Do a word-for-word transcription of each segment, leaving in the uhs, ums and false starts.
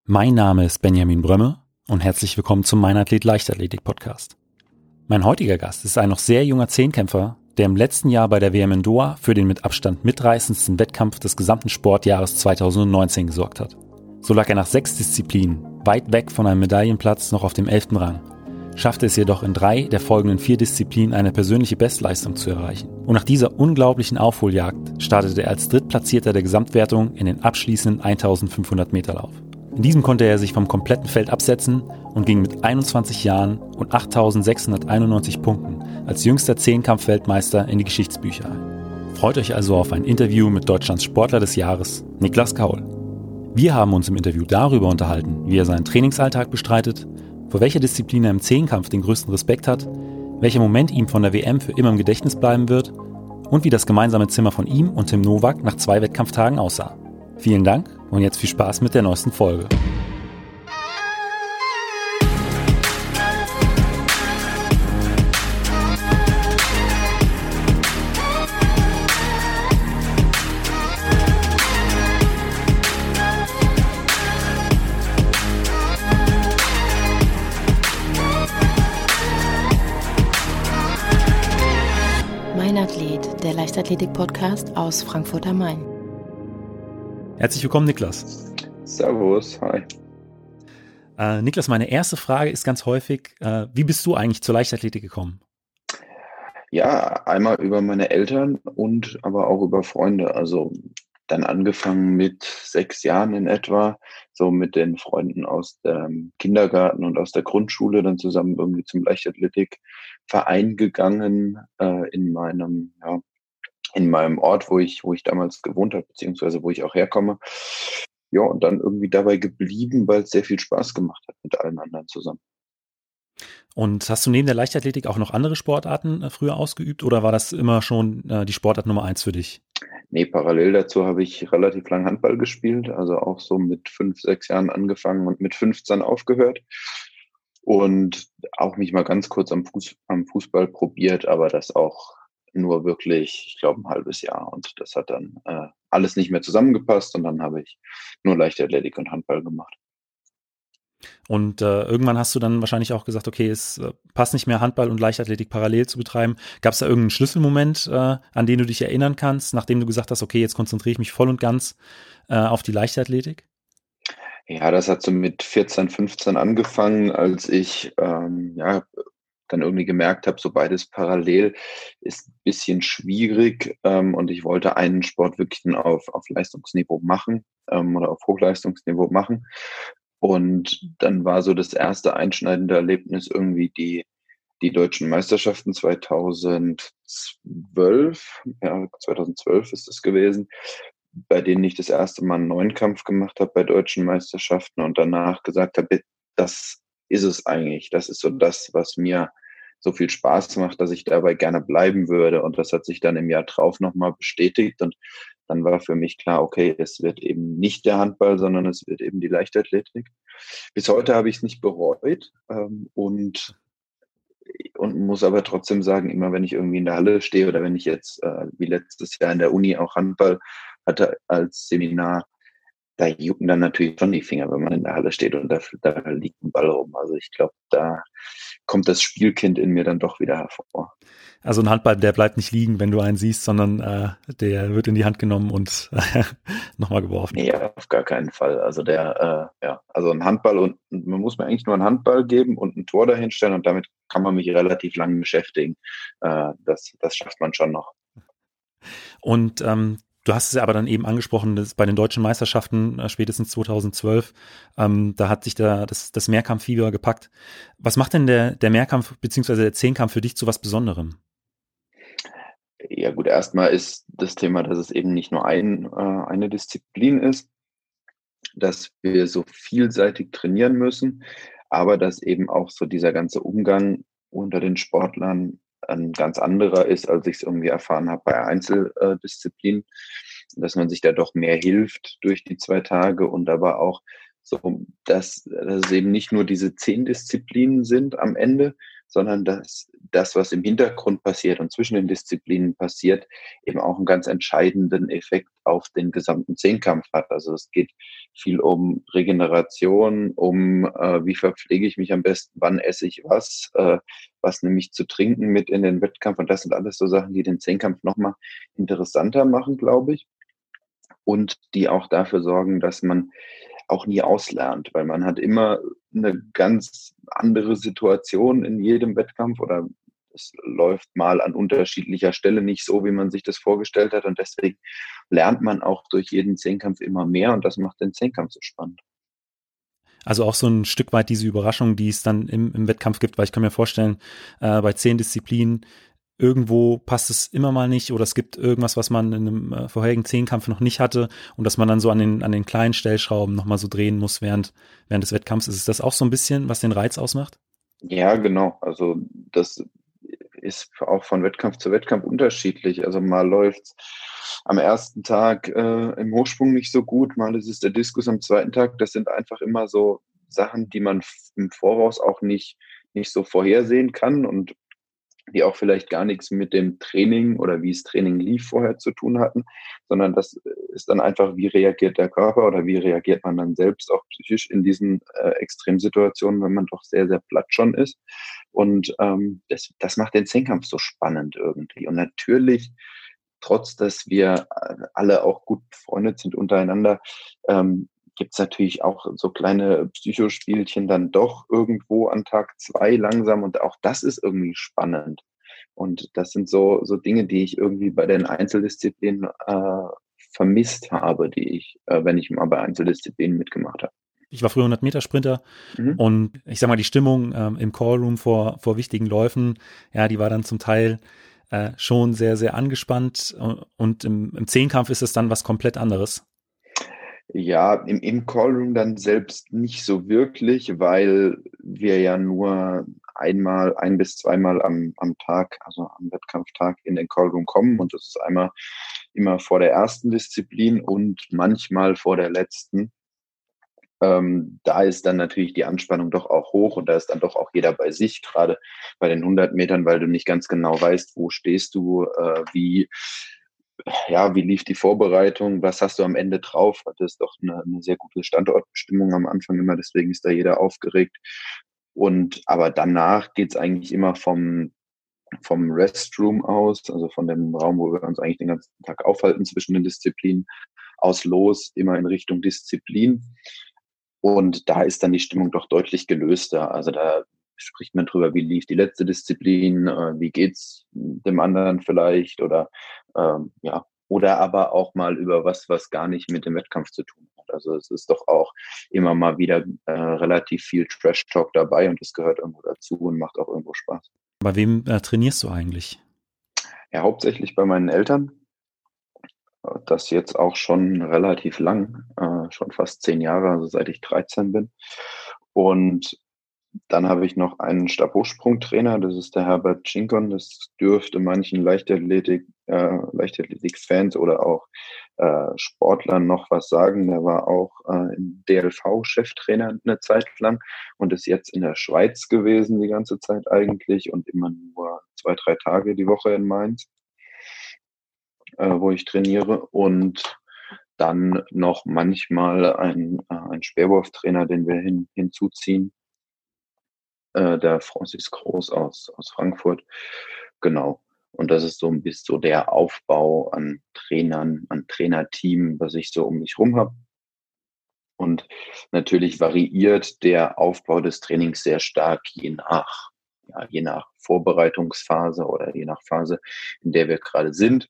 Mein Name ist Benjamin Brömme und herzlich willkommen zum Mein Athlet Leichtathletik Podcast. Mein heutiger Gast ist ein noch sehr junger Zehnkämpfer, der im letzten Jahr bei der W M in Doha für den mit Abstand mitreißendsten Wettkampf des gesamten Sportjahres zweitausendneunzehn gesorgt hat. So lag er nach sechs Disziplinen weit weg von einem Medaillenplatz noch auf dem elften Rang, schaffte es jedoch in drei der folgenden vier Disziplinen eine persönliche Bestleistung zu erreichen. Und nach dieser unglaublichen Aufholjagd startete er als Drittplatzierter der Gesamtwertung in den abschließenden eintausendfünfhundert Meter Lauf. In diesem konnte er sich vom kompletten Feld absetzen und ging mit einundzwanzig Jahren und achttausendsechshunderteinundneunzig Punkten als jüngster Zehnkampf-Weltmeister in die Geschichtsbücher ein. Freut euch also auf ein Interview mit Deutschlands Sportler des Jahres, Niklas Kaul. Wir haben uns im Interview darüber unterhalten, wie er seinen Trainingsalltag bestreitet, vor welcher Disziplin er im Zehnkampf den größten Respekt hat, welcher Moment ihm von der W M für immer im Gedächtnis bleiben wird und wie das gemeinsame Zimmer von ihm und Tim Nowak nach zwei Wettkampftagen aussah. Vielen Dank und jetzt viel Spaß mit der neuesten Folge. Mein Athlet, der Leichtathletik-Podcast aus Frankfurt am Main. Herzlich willkommen, Niklas. Servus, hi. Äh, Niklas, meine erste Frage ist ganz häufig, äh, wie bist du eigentlich zur Leichtathletik gekommen? Ja, einmal über meine Eltern und aber auch über Freunde. Also dann angefangen mit sechs Jahren in etwa, so mit den Freunden aus dem Kindergarten und aus der Grundschule, dann zusammen irgendwie zum Leichtathletikverein gegangen äh, in meinem, ja, in meinem Ort, wo ich, wo ich damals gewohnt habe, beziehungsweise wo ich auch herkomme. Ja, und dann irgendwie dabei geblieben, weil es sehr viel Spaß gemacht hat mit allen anderen zusammen. Und hast du neben der Leichtathletik auch noch andere Sportarten äh, früher ausgeübt oder war das immer schon äh, die Sportart Nummer eins für dich? Nee, parallel dazu habe ich relativ lang Handball gespielt, also auch so mit fünf, sechs Jahren angefangen und mit fünfzehn aufgehört. Und auch mich mal ganz kurz am, Fuß, am Fußball probiert, aber das auch nur wirklich, ich glaube, ein halbes Jahr. Und das hat dann äh, alles nicht mehr zusammengepasst und dann habe ich nur Leichtathletik und Handball gemacht. Und äh, irgendwann hast du dann wahrscheinlich auch gesagt, okay, es äh, passt nicht mehr, Handball und Leichtathletik parallel zu betreiben. Gab es da irgendeinen Schlüsselmoment, äh, an den du dich erinnern kannst, nachdem du gesagt hast, okay, jetzt konzentriere ich mich voll und ganz äh, auf die Leichtathletik? Ja, das hat so mit vierzehn, fünfzehn angefangen, als ich ähm, ja dann irgendwie gemerkt habe, so beides parallel ist ein bisschen schwierig ähm, und ich wollte einen Sport wirklich dann auf, auf Leistungsniveau machen ähm, oder auf Hochleistungsniveau machen. Und dann war so das erste einschneidende Erlebnis irgendwie die, die deutschen Meisterschaften zweitausendzwölf, ja, zweitausendzwölf ist es gewesen, bei denen ich das erste Mal einen Neunkampf gemacht habe bei deutschen Meisterschaften und danach gesagt habe, das ist es eigentlich. Das ist so das, was mir so viel Spaß macht, dass ich dabei gerne bleiben würde. Und das hat sich dann im Jahr drauf nochmal bestätigt. Und dann war für mich klar, okay, es wird eben nicht der Handball, sondern es wird eben die Leichtathletik. Bis heute habe ich es nicht bereut. Ähm, und, und muss aber trotzdem sagen, immer wenn ich irgendwie in der Halle stehe oder wenn ich jetzt, äh, wie letztes Jahr in der Uni auch Handball hatte als Seminar, da jucken dann natürlich schon die Finger, wenn man in der Halle steht und da, da liegt ein Ball rum. Also ich glaube, da kommt das Spielkind in mir dann doch wieder hervor. Also ein Handball, der bleibt nicht liegen, wenn du einen siehst, sondern äh, der wird in die Hand genommen und äh, nochmal geworfen. Nee, auf gar keinen Fall. Also der, äh, ja, also ein Handball und man muss mir eigentlich nur einen Handball geben und ein Tor dahinstellen und damit kann man mich relativ lang beschäftigen. Äh, das, das schafft man schon noch. Und ähm, du hast es ja aber dann eben angesprochen, dass bei den deutschen Meisterschaften, äh, spätestens zweitausendzwölf, ähm, da hat sich da das, das Mehrkampffieber gepackt. Was macht denn der, der Mehrkampf beziehungsweise der Zehnkampf für dich zu was Besonderem? Ja gut, erstmal ist das Thema, dass es eben nicht nur ein, äh, eine Disziplin ist, dass wir so vielseitig trainieren müssen, aber dass eben auch so dieser ganze Umgang unter den Sportlern ein ganz anderer ist, als ich es irgendwie erfahren habe bei Einzeldisziplinen, dass man sich da doch mehr hilft durch die zwei Tage und aber auch so, dass, dass es eben nicht nur diese zehn Disziplinen sind am Ende, sondern dass das, was im Hintergrund passiert und zwischen den Disziplinen passiert, eben auch einen ganz entscheidenden Effekt auf den gesamten Zehnkampf hat. Also es geht viel um Regeneration, um äh, wie verpflege ich mich am besten, wann esse ich was, äh, was nehme ich zu trinken mit in den Wettkampf. Und das sind alles so Sachen, die den Zehnkampf nochmal interessanter machen, glaube ich. Und die auch dafür sorgen, dass man auch nie auslernt, weil man hat immer eine ganz andere Situation in jedem Wettkampf oder es läuft mal an unterschiedlicher Stelle nicht so, wie man sich das vorgestellt hat und deswegen lernt man auch durch jeden Zehnkampf immer mehr und das macht den Zehnkampf so spannend. Also auch so ein Stück weit diese Überraschung, die es dann im, im Wettkampf gibt, weil ich kann mir vorstellen, äh, bei zehn Disziplinen irgendwo passt es immer mal nicht oder es gibt irgendwas, was man in einem äh, vorherigen Zehnkampf noch nicht hatte und dass man dann so an den an den kleinen Stellschrauben nochmal so drehen muss während während des Wettkampfs. Ist das auch so ein bisschen, was den Reiz ausmacht? Ja, genau. Also das ist auch von Wettkampf zu Wettkampf unterschiedlich. Also mal läuft's am ersten Tag äh, im Hochsprung nicht so gut, mal ist es der Diskus am zweiten Tag. Das sind einfach immer so Sachen, die man im Voraus auch nicht, nicht so vorhersehen kann und die auch vielleicht gar nichts mit dem Training oder wie es Training lief vorher zu tun hatten, sondern das ist dann einfach, wie reagiert der Körper oder wie reagiert man dann selbst auch psychisch in diesen äh, Extremsituationen, wenn man doch sehr, sehr platt schon ist. Und ähm, das, das macht den Zehnkampf so spannend irgendwie. Und natürlich, trotz dass wir alle auch gut befreundet sind untereinander, ähm, gibt es natürlich auch so kleine Psychospielchen dann doch irgendwo an Tag zwei langsam und auch das ist irgendwie spannend. Und das sind so, so Dinge, die ich irgendwie bei den Einzeldisziplinen äh, vermisst habe, die ich, äh, wenn ich mal bei Einzeldisziplinen mitgemacht habe. Ich war früher hundert Meter Sprinter Mhm. und ich sag mal, die Stimmung ähm, im Callroom vor, vor wichtigen Läufen, ja, die war dann zum Teil äh, schon sehr, sehr angespannt und im, im Zehnkampf ist es dann was komplett anderes. Ja, im, im Callroom dann selbst nicht so wirklich, weil wir ja nur einmal, ein bis zweimal am, am Tag, also am Wettkampftag in den Callroom kommen und das ist einmal immer vor der ersten Disziplin und manchmal vor der letzten. Ähm, da ist dann natürlich die Anspannung doch auch hoch und da ist dann doch auch jeder bei sich, gerade bei den hundert Metern, weil du nicht ganz genau weißt, wo stehst du, äh, wie ja, wie lief die Vorbereitung? Was hast du am Ende drauf? Das ist doch eine, eine sehr gute Standortbestimmung am Anfang immer, deswegen ist da jeder aufgeregt. Und aber danach geht's eigentlich immer vom, vom Restroom aus, also von dem Raum, wo wir uns eigentlich den ganzen Tag aufhalten zwischen den Disziplinen, aus los, immer in Richtung Disziplin. Und da ist dann die Stimmung doch deutlich gelöster. Also da spricht man drüber, wie lief die letzte Disziplin, äh, wie geht's dem anderen vielleicht oder ähm, ja, oder aber auch mal über was, was gar nicht mit dem Wettkampf zu tun hat. Also es ist doch auch immer mal wieder äh, relativ viel Trash-Talk dabei und das gehört irgendwo dazu und macht auch irgendwo Spaß. Bei wem äh, trainierst du eigentlich? Ja, hauptsächlich bei meinen Eltern. Das jetzt auch schon relativ lang, äh, schon fast zehn Jahre, also seit ich dreizehn bin. Und dann habe ich noch einen Stabhochsprungtrainer, das ist der Herbert Schinkon. Das dürfte manchen Leichtathletik, äh, Leichtathletik-Fans oder auch äh, Sportlern noch was sagen. Der war auch äh, im D L V-Cheftrainer eine Zeit lang und ist jetzt in der Schweiz gewesen die ganze Zeit eigentlich und immer nur zwei, drei Tage die Woche in Mainz, äh, wo ich trainiere. Und dann noch manchmal ein, äh, ein Speerwurftrainer, den wir hin, hinzuziehen. Äh, der Francis Groß aus, aus Frankfurt. Genau. Und das ist so ein bisschen so der Aufbau an Trainern, an Trainerteam, was ich so um mich rum habe. Und natürlich variiert der Aufbau des Trainings sehr stark, je nach, ja, je nach Vorbereitungsphase oder je nach Phase, in der wir gerade sind.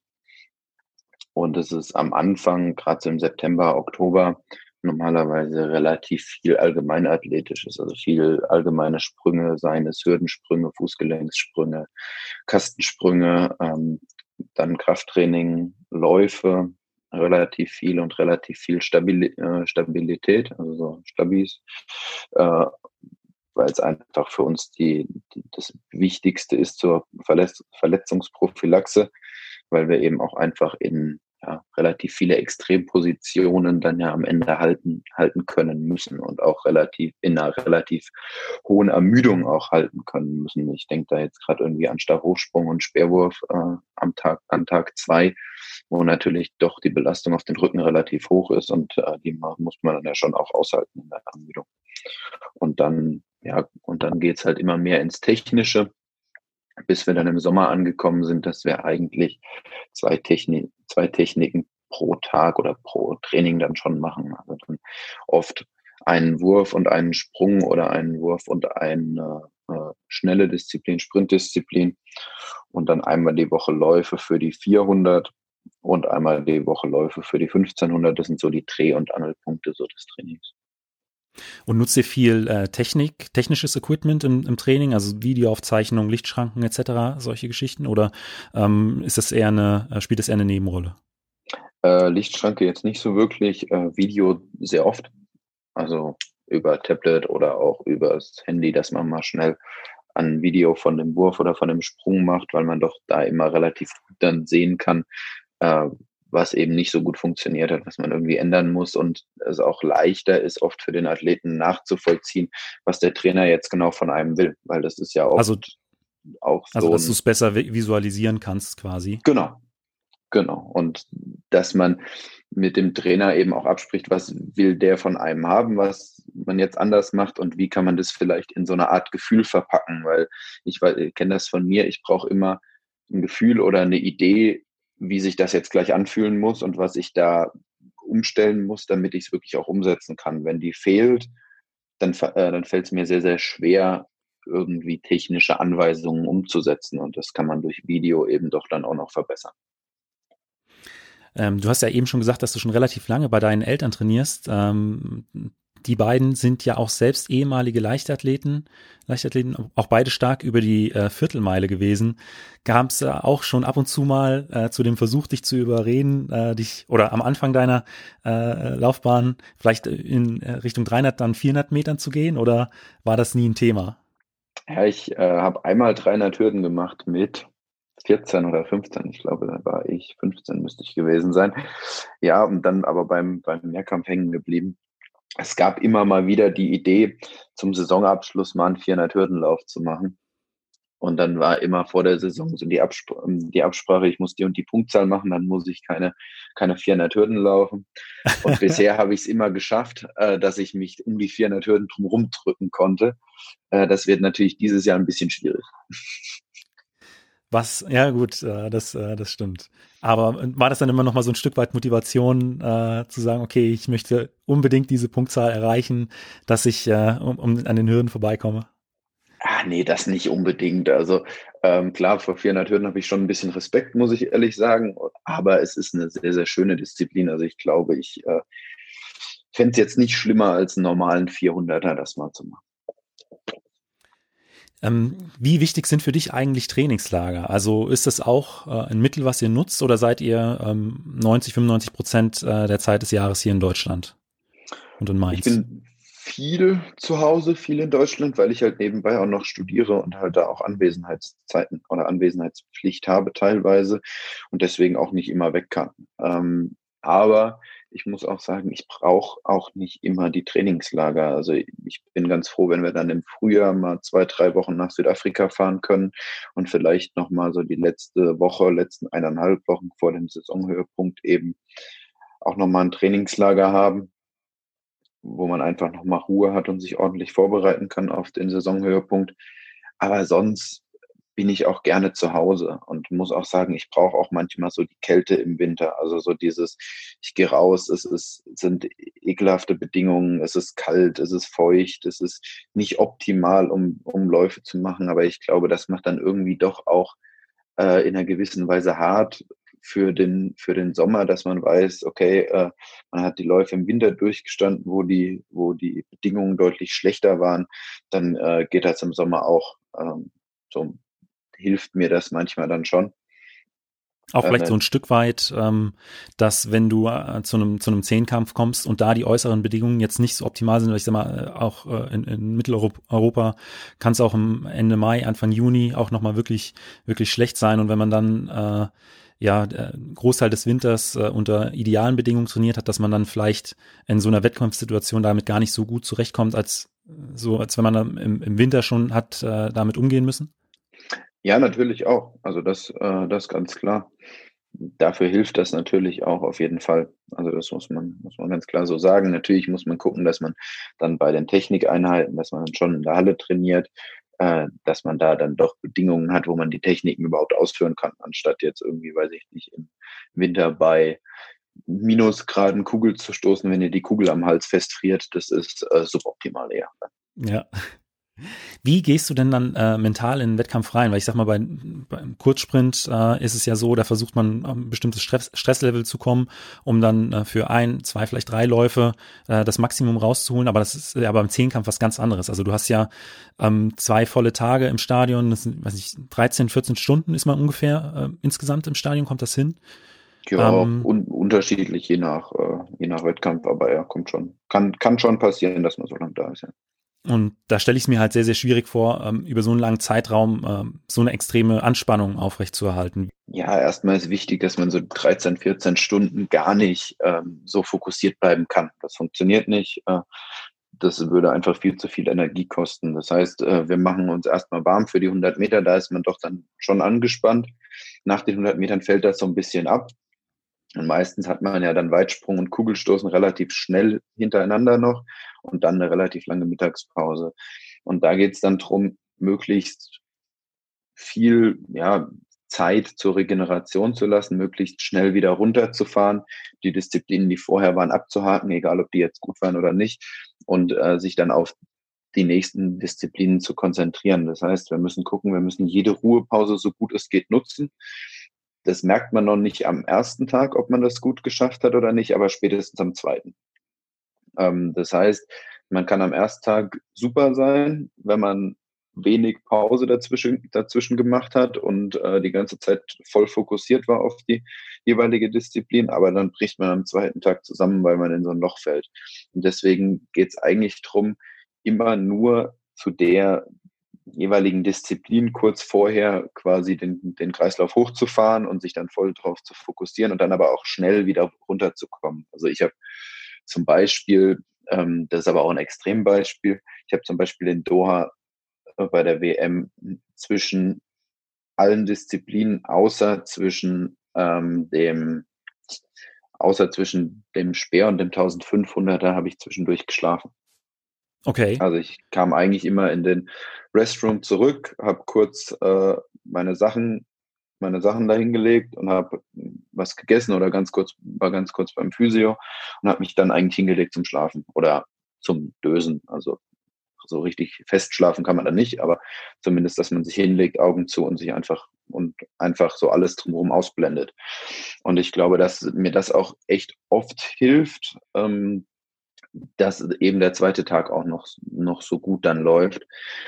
Und es ist am Anfang, gerade so im September, Oktober, normalerweise relativ viel Allgemeinathletisches, also viel allgemeine Sprünge, seien es Hürdensprünge, Fußgelenkssprünge, Kastensprünge, ähm, dann Krafttraining, Läufe, relativ viel und relativ viel Stabil äh, Stabilität, also so Stabis, äh, weil es einfach für uns die, die, das Wichtigste ist zur Verletz Verletzungsprophylaxe, weil wir eben auch einfach in ja, relativ viele Extrempositionen dann ja am Ende halten, halten können müssen und auch relativ in einer relativ hohen Ermüdung auch halten können müssen. Ich denke da jetzt gerade irgendwie an Stabhochsprung und Speerwurf äh, am Tag, an Tag zwei, wo natürlich doch die Belastung auf den Rücken relativ hoch ist und äh, die muss man dann ja schon auch aushalten in der Ermüdung. Und dann, ja, und dann geht's halt immer mehr ins Technische, bis wir dann im Sommer angekommen sind, dass wir eigentlich zwei Technik, zwei Techniken pro Tag oder pro Training dann schon machen. Also dann oft einen Wurf und einen Sprung oder einen Wurf und eine äh, schnelle Disziplin, Sprintdisziplin und dann einmal die Woche Läufe für die vierhundert und einmal die Woche Läufe für die fünfzehnhundert. Das sind so die Dreh- und Angelpunkte so des Trainings. Und nutzt ihr viel äh, Technik, technisches Equipment im, im Training, also Videoaufzeichnung, Lichtschranken et cetera, solche Geschichten? Oder ähm, ist das eher eine, spielt das eher eine Nebenrolle? Äh, Lichtschranke jetzt nicht so wirklich, äh, Video sehr oft, also über Tablet oder auch übers Handy, dass man mal schnell ein Video von dem Wurf oder von dem Sprung macht, weil man doch da immer relativ gut dann sehen kann, äh, was eben nicht so gut funktioniert hat, was man irgendwie ändern muss und es auch leichter ist, oft für den Athleten nachzuvollziehen, was der Trainer jetzt genau von einem will, weil das ist ja oft also, auch so. Also, dass du es besser visualisieren kannst quasi. Genau, genau. Und dass man mit dem Trainer eben auch abspricht, was will der von einem haben, was man jetzt anders macht und wie kann man das vielleicht in so eine Art Gefühl verpacken, weil ich, ich kenne das von mir, ich brauche immer ein Gefühl oder eine Idee, wie sich das jetzt gleich anfühlen muss und was ich da umstellen muss, damit ich es wirklich auch umsetzen kann. Wenn die fehlt, dann, äh, dann fällt es mir sehr, sehr schwer, irgendwie technische Anweisungen umzusetzen und das kann man durch Video eben doch dann auch noch verbessern. Ähm, du hast ja eben schon gesagt, dass du schon relativ lange bei deinen Eltern trainierst. Ähm, die beiden sind ja auch selbst ehemalige Leichtathleten, Leichtathleten, auch beide stark über die äh, Viertelmeile gewesen. Gab es äh, auch schon ab und zu mal äh, zu dem Versuch, dich zu überreden, äh, dich oder am Anfang deiner äh, Laufbahn vielleicht in äh, Richtung dreihundert, dann vierhundert Metern zu gehen, oder war das nie ein Thema? Ja, ich äh, habe einmal dreihundert Hürden gemacht mit vierzehn oder fünfzehn, ich glaube, da war ich fünfzehn, müsste ich gewesen sein. Ja, und dann aber beim, beim Mehrkampf hängen geblieben. Es gab immer mal wieder die Idee, zum Saisonabschluss mal einen vierhundert Hürdenlauf zu machen. Und dann war immer vor der Saison so die, Abspr- die Absprache, ich muss die und die Punktzahl machen, dann muss ich keine, keine vierhundert Hürden laufen. Und bisher habe ich es immer geschafft, äh, dass ich mich um die vierhundert Hürden drumherum drücken konnte. Äh, das wird natürlich dieses Jahr ein bisschen schwierig. Was, ja gut, äh, das, äh, das stimmt. Aber war das dann immer noch mal so ein Stück weit Motivation, äh, zu sagen, okay, ich möchte unbedingt diese Punktzahl erreichen, dass ich äh, um, um an den Hürden vorbeikomme? Ah, nee, das nicht unbedingt. Also ähm, klar, vor vierhundert Hürden habe ich schon ein bisschen Respekt, muss ich ehrlich sagen. Aber es ist eine sehr, sehr schöne Disziplin. Also ich glaube, ich äh, fände es jetzt nicht schlimmer, als einen normalen vierhunderter das mal zu machen. Ähm, wie wichtig sind für dich eigentlich Trainingslager? Also ist das auch äh, ein Mittel, was ihr nutzt, oder seid ihr ähm, neunzig, fünfundneunzig Prozent äh, der Zeit des Jahres hier in Deutschland und in Mainz? Ich bin viel zu Hause, viel in Deutschland, weil ich halt nebenbei auch noch studiere und halt da auch Anwesenheitszeiten oder Anwesenheitspflicht habe teilweise und deswegen auch nicht immer weg kann. Ähm, aber ich muss auch sagen, ich brauche auch nicht immer die Trainingslager. Also ich bin ganz froh, wenn wir dann im Frühjahr mal zwei, drei Wochen nach Südafrika fahren können und vielleicht nochmal so die letzte Woche, letzten eineinhalb Wochen vor dem Saisonhöhepunkt eben auch nochmal ein Trainingslager haben, wo man einfach nochmal Ruhe hat und sich ordentlich vorbereiten kann auf den Saisonhöhepunkt. Aber sonst bin ich auch gerne zu Hause und muss auch sagen, ich brauche auch manchmal so die Kälte im Winter. Also so dieses, ich gehe raus, es ist, es sind ekelhafte Bedingungen, es ist kalt, es ist feucht, es ist nicht optimal, um, um Läufe zu machen. Aber ich glaube, das macht dann irgendwie doch auch äh, in einer gewissen Weise hart für den, für den Sommer, dass man weiß, okay, äh, man hat die Läufe im Winter durchgestanden, wo die, wo die Bedingungen deutlich schlechter waren, dann äh, geht das im Sommer auch. Ähm, so hilft mir das manchmal dann schon. Auch vielleicht so ein Stück weit, ähm, dass wenn du äh, zu einem zu einem Zehnkampf kommst und da die äußeren Bedingungen jetzt nicht so optimal sind, weil ich sag mal, äh, auch äh, in, in Mitteleuropa kann es auch im Ende Mai, Anfang Juni auch nochmal wirklich wirklich schlecht sein, und wenn man dann äh, ja der Großteil des Winters äh, unter idealen Bedingungen trainiert hat, dass man dann vielleicht in so einer Wettkampfsituation damit gar nicht so gut zurechtkommt, als so als wenn man dann im, im Winter schon hat äh, damit umgehen müssen? Ja, natürlich auch. Also das, äh, das ganz klar. Dafür hilft das natürlich auch auf jeden Fall. Also das muss man, muss man ganz klar so sagen. Natürlich muss man gucken, dass man dann bei den Technikeinheiten, dass man dann schon in der Halle trainiert, äh, dass man da dann doch Bedingungen hat, wo man die Techniken überhaupt ausführen kann, anstatt jetzt irgendwie, weiß ich nicht, im Winter bei Minusgraden Kugel zu stoßen, wenn ihr die Kugel am Hals festfriert. Das ist äh, suboptimal eher. Ja. Wie gehst du denn dann äh, mental in den Wettkampf rein? Weil ich sag mal, bei, beim Kurzsprint äh, ist es ja so, da versucht man ein bestimmtes Stress, Stresslevel zu kommen, um dann äh, für ein, zwei, vielleicht drei Läufe äh, das Maximum rauszuholen. Aber das ist ja beim Zehnkampf was ganz anderes. Also du hast ja ähm, zwei volle Tage im Stadion, das sind, weiß ich, dreizehn, vierzehn Stunden ist man ungefähr äh, insgesamt im Stadion, kommt das hin? Ja, Ähm, un unterschiedlich je nach, äh, je nach Wettkampf, aber ja, kommt schon. Kann, kann schon passieren, dass man so lange da ist, ja. Und da stelle ich es mir halt sehr, sehr schwierig vor, ähm, über so einen langen Zeitraum ähm, so eine extreme Anspannung aufrechtzuerhalten. Ja, erstmal ist wichtig, dass man so dreizehn, vierzehn Stunden gar nicht ähm, so fokussiert bleiben kann. Das funktioniert nicht. Äh, das würde einfach viel zu viel Energie kosten. Das heißt, äh, wir machen uns erstmal warm für die hundert Meter. Da ist man doch dann schon angespannt. Nach den hundert Metern fällt das so ein bisschen ab. Und meistens hat man ja dann Weitsprung und Kugelstoßen relativ schnell hintereinander noch und dann eine relativ lange Mittagspause. Und da geht es dann drum, möglichst viel ja, Zeit zur Regeneration zu lassen, möglichst schnell wieder runterzufahren, die Disziplinen, die vorher waren, abzuhaken, egal ob die jetzt gut waren oder nicht, und äh, sich dann auf die nächsten Disziplinen zu konzentrieren. Das heißt, wir müssen gucken, wir müssen jede Ruhepause so gut es geht nutzen. Das merkt man noch nicht am ersten Tag, ob man das gut geschafft hat oder nicht, aber spätestens am zweiten. Ähm, das heißt, man kann am ersten Tag super sein, wenn man wenig Pause dazwischen, dazwischen gemacht hat und äh, die ganze Zeit voll fokussiert war auf die jeweilige Disziplin, aber dann bricht man am zweiten Tag zusammen, weil man in so ein Loch fällt. Und deswegen geht es eigentlich drum, immer nur zu der jeweiligen Disziplin kurz vorher quasi den, den Kreislauf hochzufahren und sich dann voll drauf zu fokussieren und dann aber auch schnell wieder runterzukommen. Also ich habe zum Beispiel, ähm, das ist aber auch ein Extrembeispiel, ich habe zum Beispiel in Doha äh, bei der W M zwischen allen Disziplinen außer zwischen ähm, dem außer zwischen dem Speer und dem eintausendfünfhunderter habe ich zwischendurch geschlafen. Okay. Also ich kam eigentlich immer in den Restroom zurück, habe kurz äh, meine Sachen, meine Sachen dahingelegt und habe was gegessen oder ganz kurz, war ganz kurz beim Physio und habe mich dann eigentlich hingelegt zum Schlafen oder zum Dösen. Also so richtig fest schlafen kann man dann nicht, aber zumindest, dass man sich hinlegt, Augen zu und sich einfach und einfach so alles drumherum ausblendet. Und ich glaube, dass mir das auch echt oft hilft, ähm, dass eben der zweite Tag auch noch, noch so gut dann läuft.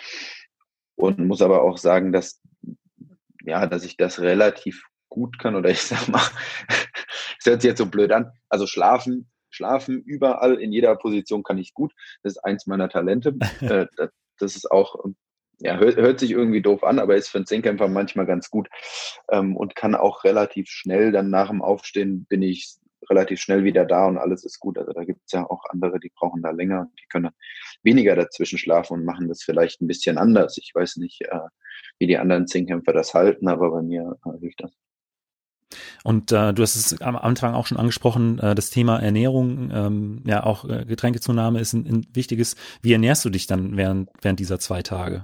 Und muss aber auch sagen, dass, ja, dass ich das relativ gut kann oder ich sag mal, es hört sich jetzt so blöd an, also schlafen, schlafen überall in jeder Position kann ich gut. Das ist eins meiner Talente. äh, das, das ist auch, ja, hört, hört sich irgendwie doof an, aber ist für einen Zehnkämpfer manchmal ganz gut ähm, und kann auch relativ schnell dann nach dem Aufstehen bin ich relativ schnell wieder da und alles ist gut. Also da gibt es ja auch andere, die brauchen da länger, die können weniger dazwischen schlafen und machen das vielleicht ein bisschen anders. Ich weiß nicht, äh, wie die anderen Zehnkämpfer das halten, aber bei mir äh, hilft das. Und äh, du hast es am Anfang auch schon angesprochen, äh, das Thema Ernährung, ähm, ja auch äh, Getränkezunahme ist ein, ein wichtiges. Wie ernährst du dich dann während, während dieser zwei Tage?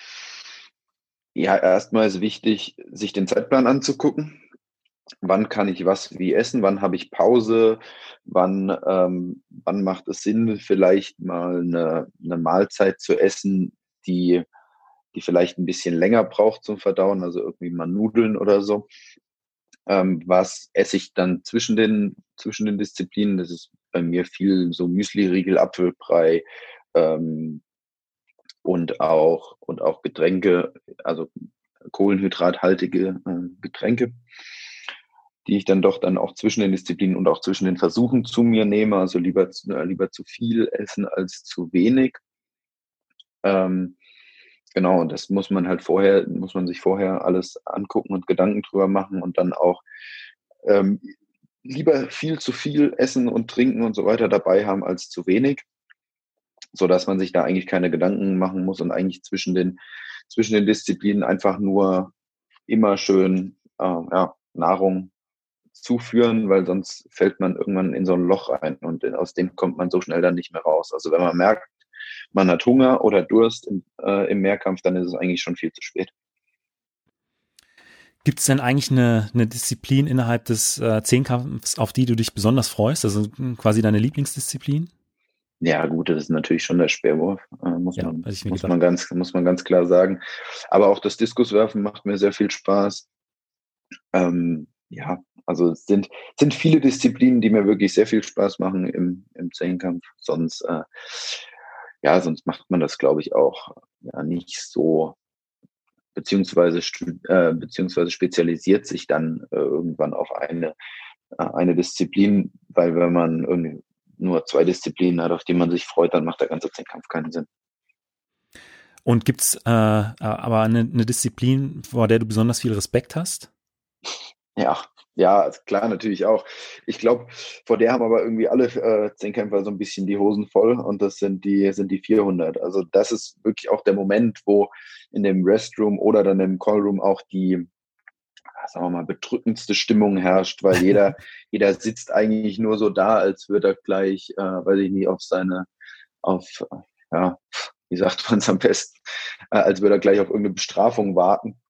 Ja, erstmal ist wichtig, sich den Zeitplan anzugucken. Wann kann ich was wie essen? Wann habe ich Pause? Wann, ähm, wann macht es Sinn, vielleicht mal eine, eine Mahlzeit zu essen, die, die vielleicht ein bisschen länger braucht zum Verdauen, also irgendwie mal Nudeln oder so. Ähm, was esse ich dann zwischen den, zwischen den Disziplinen? Das ist bei mir viel so Müsli-Riegel, Apfelbrei ähm, und auch, und auch Getränke, also kohlenhydrathaltige äh, Getränke, die ich dann doch dann auch zwischen den Disziplinen und auch zwischen den Versuchen zu mir nehme, also lieber, äh, lieber zu viel essen als zu wenig. Ähm, Genau, und das muss man halt vorher, muss man sich vorher alles angucken und Gedanken drüber machen und dann auch ähm, lieber viel zu viel Essen und Trinken und so weiter dabei haben als zu wenig, so dass man sich da eigentlich keine Gedanken machen muss und eigentlich zwischen den, zwischen den Disziplinen einfach nur immer schön äh, ja, Nahrung zuführen, weil sonst fällt man irgendwann in so ein Loch rein und aus dem kommt man so schnell dann nicht mehr raus. Also wenn man merkt, man hat Hunger oder Durst im, äh, im Mehrkampf, dann ist es eigentlich schon viel zu spät. Gibt es denn eigentlich eine, eine Disziplin innerhalb des äh, Zehnkampfs, auf die du dich besonders freust? Also quasi deine Lieblingsdisziplin? Ja, gut, das ist natürlich schon der Speerwurf, äh, muss Ja, man, hätte ich mir muss gedacht. man ganz, muss man ganz klar sagen. Aber auch das Diskuswerfen macht mir sehr viel Spaß. Ähm, ja, also es sind, sind viele Disziplinen, die mir wirklich sehr viel Spaß machen im, im Zehnkampf. Sonst, äh, ja, sonst macht man das, glaube ich, auch ja, nicht so, beziehungsweise, äh, beziehungsweise spezialisiert sich dann äh, irgendwann auf eine, äh, eine Disziplin, weil wenn man irgendwie nur zwei Disziplinen hat, auf die man sich freut, dann macht der ganze Zehnkampf keinen Sinn. Und gibt's äh, aber eine, eine Disziplin, vor der du besonders viel Respekt hast? Ja, ja, klar, natürlich auch. Ich glaube, vor der haben aber irgendwie alle äh, Zehnkämpfer so ein bisschen die Hosen voll und das sind die, sind die vierhundert. Also das ist wirklich auch der Moment, wo in dem Restroom oder dann im Callroom auch die, sagen wir mal, bedrückendste Stimmung herrscht, weil jeder, jeder sitzt eigentlich nur so da, als würde er gleich, äh, weiß ich nicht, auf seine, auf, äh, ja, wie sagt man es am besten, äh, als würde er gleich auf irgendeine Bestrafung warten.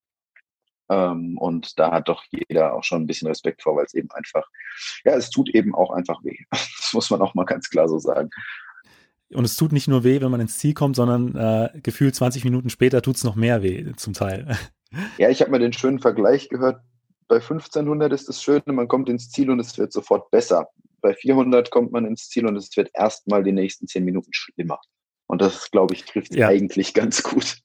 Ähm, und da hat doch jeder auch schon ein bisschen Respekt vor, weil es eben einfach, ja, es tut eben auch einfach weh. Das muss man auch mal ganz klar so sagen. Und es tut nicht nur weh, wenn man ins Ziel kommt, sondern äh, gefühlt zwanzig Minuten später tut's noch mehr weh zum Teil. Ja, ich habe mal den schönen Vergleich gehört. Bei fünfzehnhundert ist das Schöne, man kommt ins Ziel und es wird sofort besser. Bei vierhundert kommt man ins Ziel und es wird erstmal die nächsten zehn Minuten schlimmer. Und das, glaube ich, trifft es Ja. eigentlich ganz gut.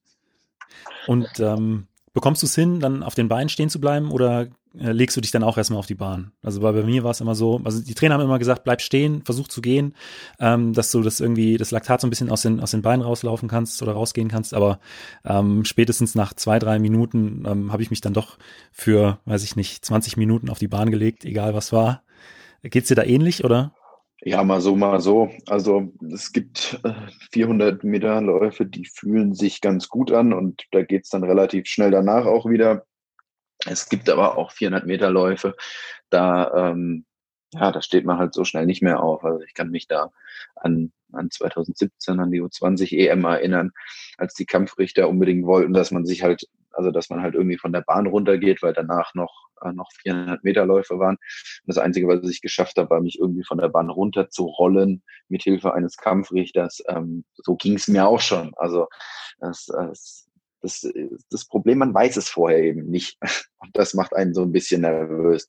Und ähm, bekommst du es hin, dann auf den Beinen stehen zu bleiben oder äh, legst du dich dann auch erstmal auf die Bahn? Also bei, bei mir war es immer so, also die Trainer haben immer gesagt, bleib stehen, versuch zu gehen, ähm, dass du das irgendwie, das Laktat so ein bisschen aus den, aus den Beinen rauslaufen kannst oder rausgehen kannst, aber ähm, spätestens nach zwei, drei Minuten ähm, habe ich mich dann doch für, weiß ich nicht, zwanzig Minuten auf die Bahn gelegt, egal was war. Geht's dir da ähnlich, oder? Ja, mal so, mal so. Also es gibt äh, vierhundert Meter Läufe, die fühlen sich ganz gut an und da geht's dann relativ schnell danach auch wieder. Es gibt aber auch vierhundert Meter Läufe, da, ähm, ja, da steht man halt so schnell nicht mehr auf. Also ich kann mich da an, an zwanzig siebzehn, an die U zwanzig E M erinnern, als die Kampfrichter unbedingt wollten, dass man sich halt, also dass man halt irgendwie von der Bahn runtergeht, weil danach noch, äh, noch vierhundert Meter Läufe waren. Und das Einzige, was ich geschafft habe, war mich irgendwie von der Bahn runter zu rollen mit Hilfe eines Kampfrichters. Ähm, so ging es mir auch schon. Also das, das das, das Problem, man weiß es vorher eben nicht. Und das macht einen so ein bisschen nervös.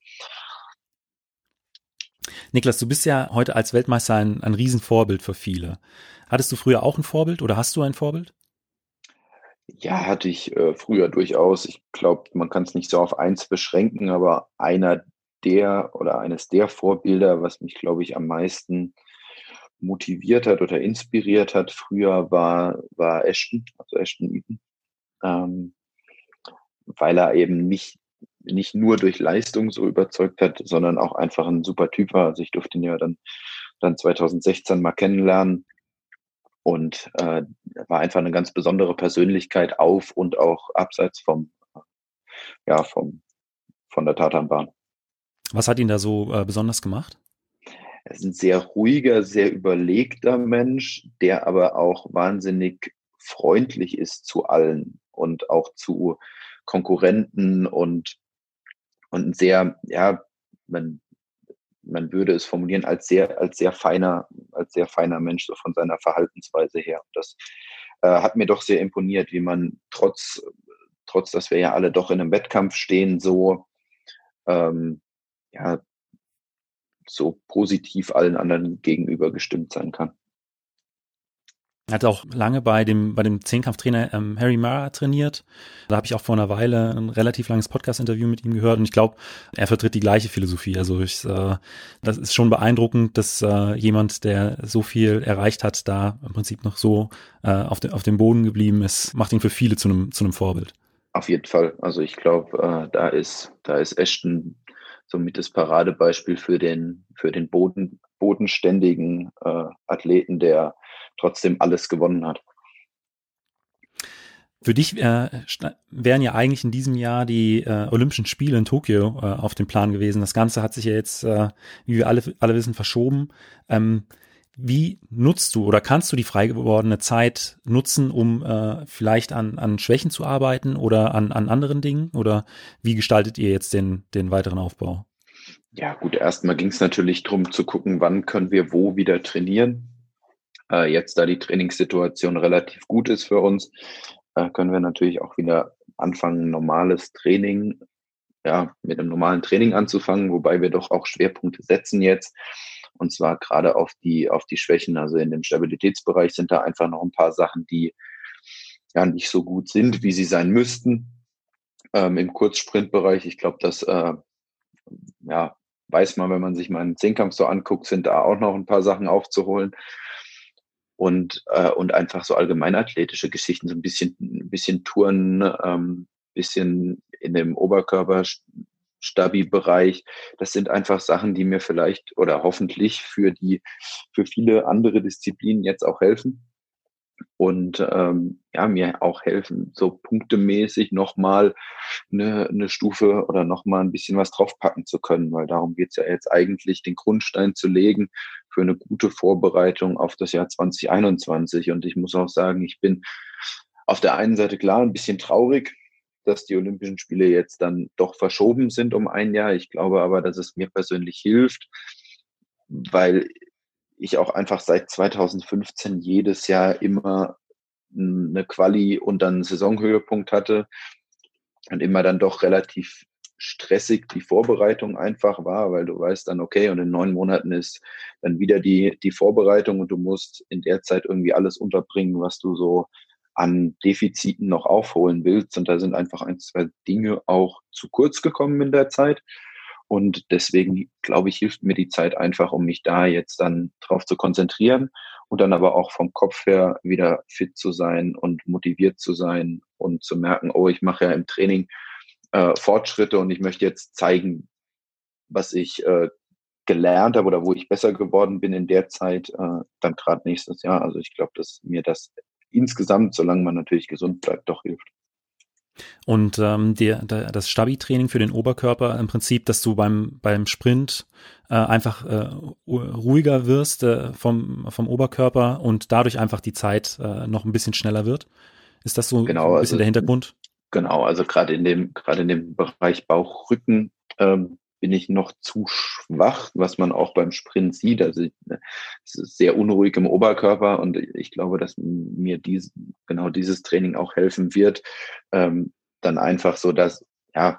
Niklas, du bist ja heute als Weltmeister ein, ein Riesenvorbild für viele. Hattest du früher auch ein Vorbild oder hast du ein Vorbild? Ja, hatte ich äh, früher durchaus. Ich glaube, man kann es nicht so auf eins beschränken, aber einer der oder eines der Vorbilder, was mich, glaube ich, am meisten motiviert hat oder inspiriert hat, früher war, war Ashton, also Ashton Eaton. Ähm, weil er eben nicht, nicht nur durch Leistung so überzeugt hat, sondern auch einfach ein super Typ war. Also ich durfte ihn ja dann, dann zwanzig sechzehn mal kennenlernen und äh, war einfach eine ganz besondere Persönlichkeit auf und auch abseits vom, ja, vom, von der Tatanbahn. Was hat ihn da so äh, besonders gemacht? Er ist ein sehr ruhiger, sehr überlegter Mensch, der aber auch wahnsinnig freundlich ist zu allen und auch zu Konkurrenten und, und ein sehr, ja, man, man würde es formulieren als sehr, als sehr feiner, als sehr feiner Mensch, so von seiner Verhaltensweise her. Das äh, hat mir doch sehr imponiert, wie man trotz, trotz, dass wir ja alle doch in einem Wettkampf stehen, so, ähm, ja, so positiv allen anderen gegenüber gestimmt sein kann. Er hat auch lange bei dem bei dem Zehnkampftrainer ähm, Harry Mara trainiert. Da habe ich auch vor einer Weile ein relativ langes Podcast-Interview mit ihm gehört und ich glaube, er vertritt die gleiche Philosophie. Also ich, äh, das ist schon beeindruckend, dass äh, jemand, der so viel erreicht hat, da im Prinzip noch so äh, auf, de, auf dem Boden geblieben ist, macht ihn für viele zu einem zu einem Vorbild. Auf jeden Fall. Also ich glaube, äh, da ist da ist Ashton somit das Paradebeispiel für den für den Boden, bodenständigen äh, Athleten, der trotzdem alles gewonnen hat. Für dich äh, wären ja eigentlich in diesem Jahr die äh, Olympischen Spiele in Tokio äh, auf dem Plan gewesen. Das Ganze hat sich ja jetzt, äh, wie wir alle alle wissen, verschoben. Ähm, wie nutzt du oder kannst du die frei gewordene Zeit nutzen, um äh, vielleicht an an Schwächen zu arbeiten oder an an anderen Dingen? Oder wie gestaltet ihr jetzt den den weiteren Aufbau? Ja gut, erstmal ging es natürlich darum zu gucken, wann können wir wo wieder trainieren. Äh, jetzt, da die Trainingssituation relativ gut ist für uns, äh, können wir natürlich auch wieder anfangen, normales Training, ja, mit einem normalen Training anzufangen, wobei wir doch auch Schwerpunkte setzen jetzt. Und zwar gerade auf die, auf die Schwächen. Also in dem Stabilitätsbereich sind da einfach noch ein paar Sachen, die ja nicht so gut sind, wie sie sein müssten. Ähm, im Kurzsprintbereich, ich glaube, das äh, ja, weiß man, wenn man sich mal einen Zehnkampf so anguckt, sind da auch noch ein paar Sachen aufzuholen. Und, äh, und einfach so allgemeinathletische Geschichten, so ein bisschen, ein bisschen Touren, ähm, bisschen in dem Oberkörper-Stabi-Bereich. Das sind einfach Sachen, die mir vielleicht oder hoffentlich für die, für viele andere Disziplinen jetzt auch helfen. Und ähm, ja, mir auch helfen, so punktemäßig nochmal eine, eine Stufe oder nochmal ein bisschen was draufpacken zu können, weil darum geht's ja jetzt eigentlich, den Grundstein zu legen für eine gute Vorbereitung auf das Jahr zwanzig einundzwanzig. Und ich muss auch sagen, ich bin auf der einen Seite klar ein bisschen traurig, dass die Olympischen Spiele jetzt dann doch verschoben sind um ein Jahr. Ich glaube aber, dass es mir persönlich hilft, weil ich auch einfach seit zweitausendfünfzehn jedes Jahr immer eine Quali und dann einen Saisonhöhepunkt hatte und immer dann doch relativ stressig die Vorbereitung einfach war, weil du weißt dann, okay, und in neun Monaten ist dann wieder die, die Vorbereitung und du musst in der Zeit irgendwie alles unterbringen, was du so an Defiziten noch aufholen willst. Und da sind einfach ein, zwei Dinge auch zu kurz gekommen in der Zeit. Und deswegen, glaube ich, hilft mir die Zeit einfach, um mich da jetzt dann drauf zu konzentrieren und dann aber auch vom Kopf her wieder fit zu sein und motiviert zu sein und zu merken, oh, ich mache ja im Training äh, Fortschritte und ich möchte jetzt zeigen, was ich äh, gelernt habe oder wo ich besser geworden bin in der Zeit, äh, dann gerade nächstes Jahr. Also ich glaube, dass mir das insgesamt, solange man natürlich gesund bleibt, doch hilft. Und ähm, der, der, das Stabi-Training für den Oberkörper im Prinzip, dass du beim beim Sprint äh, einfach äh, ruhiger wirst äh, vom vom Oberkörper und dadurch einfach die Zeit äh, noch ein bisschen schneller wird. Ist das so Genau, ein bisschen also, der Hintergrund? Genau, also gerade in dem gerade in dem Bereich Bauch, Rücken ähm, bin ich noch zu schwach, was man auch beim Sprint sieht. Also es ist sehr unruhig im Oberkörper und ich glaube, dass mir dies, genau dieses Training auch helfen wird, ähm, dann einfach so, dass ja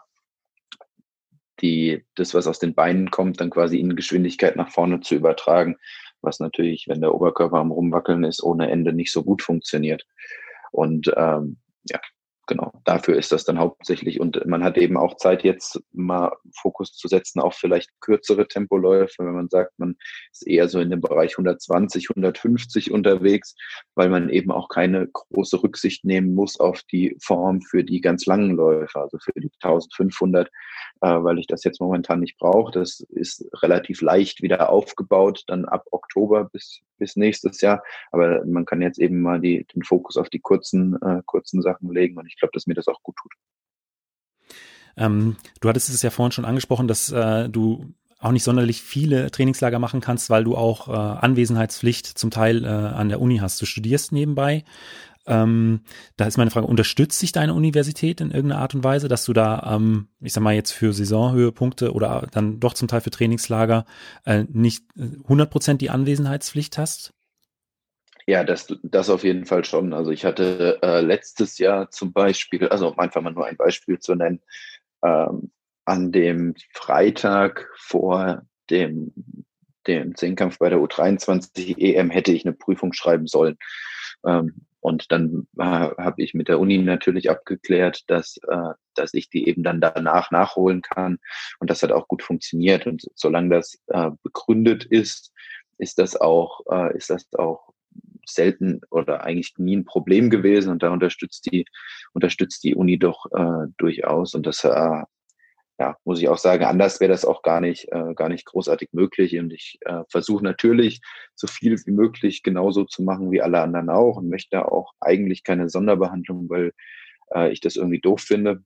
die das, was aus den Beinen kommt, dann quasi in Geschwindigkeit nach vorne zu übertragen, was natürlich, wenn der Oberkörper am Rumwackeln ist, ohne Ende nicht so gut funktioniert. Und ähm, ja, genau, dafür ist das dann hauptsächlich. Und man hat eben auch Zeit, jetzt mal Fokus zu setzen auf vielleicht kürzere Tempoläufe, wenn man sagt, man ist eher so in dem Bereich hundertzwanzig, hundertfünfzig unterwegs, weil man eben auch keine große Rücksicht nehmen muss auf die Form für die ganz langen Läufe, also für die eintausendfünfhundert, äh, weil ich das jetzt momentan nicht brauche. Das ist relativ leicht wieder aufgebaut, dann ab Oktober bis, bis nächstes Jahr. Aber man kann jetzt eben mal die, den Fokus auf die kurzen, äh, kurzen Sachen legen und ich glaube, dass mir das auch gut tut. Ähm, du hattest es ja vorhin schon angesprochen, dass äh, du auch nicht sonderlich viele Trainingslager machen kannst, weil du auch äh, Anwesenheitspflicht zum Teil äh, an der Uni hast. Du studierst nebenbei. Ähm, da ist meine Frage, unterstützt sich deine Universität in irgendeiner Art und Weise, dass du da, ähm, ich sag mal jetzt für Saisonhöhepunkte oder dann doch zum Teil für Trainingslager äh, nicht hundert Prozent die Anwesenheitspflicht hast? Ja, das, das auf jeden Fall schon. Also ich hatte äh, letztes Jahr zum Beispiel, also um einfach mal nur ein Beispiel zu nennen, ähm, an dem Freitag vor dem, dem Zehnkampf bei der U dreiundzwanzig E M hätte ich eine Prüfung schreiben sollen. Ähm, und dann äh, habe ich mit der Uni natürlich abgeklärt, dass, äh, dass ich die eben dann danach nachholen kann. Und das hat auch gut funktioniert. Und solange das äh, begründet ist, ist das auch, äh, ist das auch selten oder eigentlich nie ein Problem gewesen. Und da unterstützt die, unterstützt die Uni doch äh, durchaus. Und das äh, ja, muss ich auch sagen, anders wäre das auch gar nicht, äh, gar nicht großartig möglich. Und ich äh, versuche natürlich, so viel wie möglich genauso zu machen wie alle anderen auch und möchte auch eigentlich keine Sonderbehandlung, weil äh, ich das irgendwie doof finde.